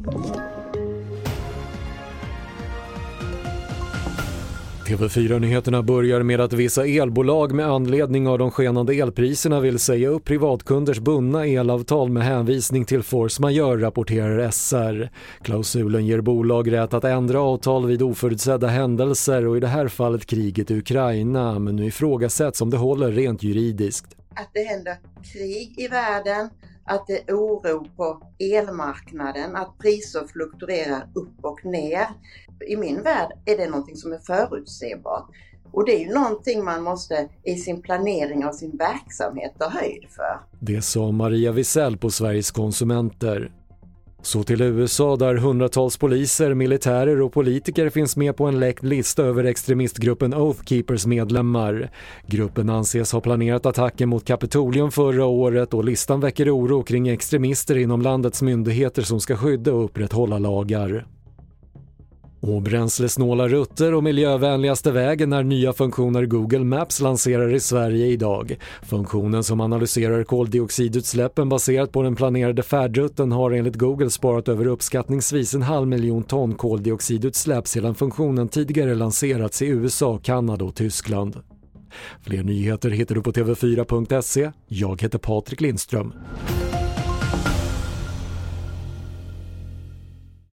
TV4-nyheterna börjar med att vissa elbolag med anledning av de skenande elpriserna vill säga upp privatkunders bundna elavtal med hänvisning till force majeure, rapporterar SR. Klausulen ger bolag rätt att ändra avtal vid oförutsedda händelser och i det här fallet kriget i Ukraina, men nu ifrågasätts om det håller rent juridiskt. Att det händer krig i världen, att det är oro på elmarknaden, att priser fluktuerar upp och ner. I min värld är det någonting som är förutsebart. Och det är ju någonting man måste i sin planering av sin verksamhet ta höjd för. Det sa Maria Wisell på Sveriges konsumenter. Så till USA där hundratals poliser, militärer och politiker finns med på en läckt lista över extremistgruppen Oath Keepers medlemmar. Gruppen anses ha planerat attacken mot Kapitolium förra året och listan väcker oro kring extremister inom landets myndigheter som ska skydda och upprätthålla lagar. Och bränslesnåla rutter och miljövänligaste vägen när nya funktioner Google Maps lanserar i Sverige idag. Funktionen som analyserar koldioxidutsläppen baserat på den planerade färdrutten har enligt Google sparat över uppskattningsvis 500 000 ton koldioxidutsläpp sedan funktionen tidigare lanserats i USA, Kanada och Tyskland. Fler nyheter hittar du på tv4.se. Jag heter Patrik Lindström.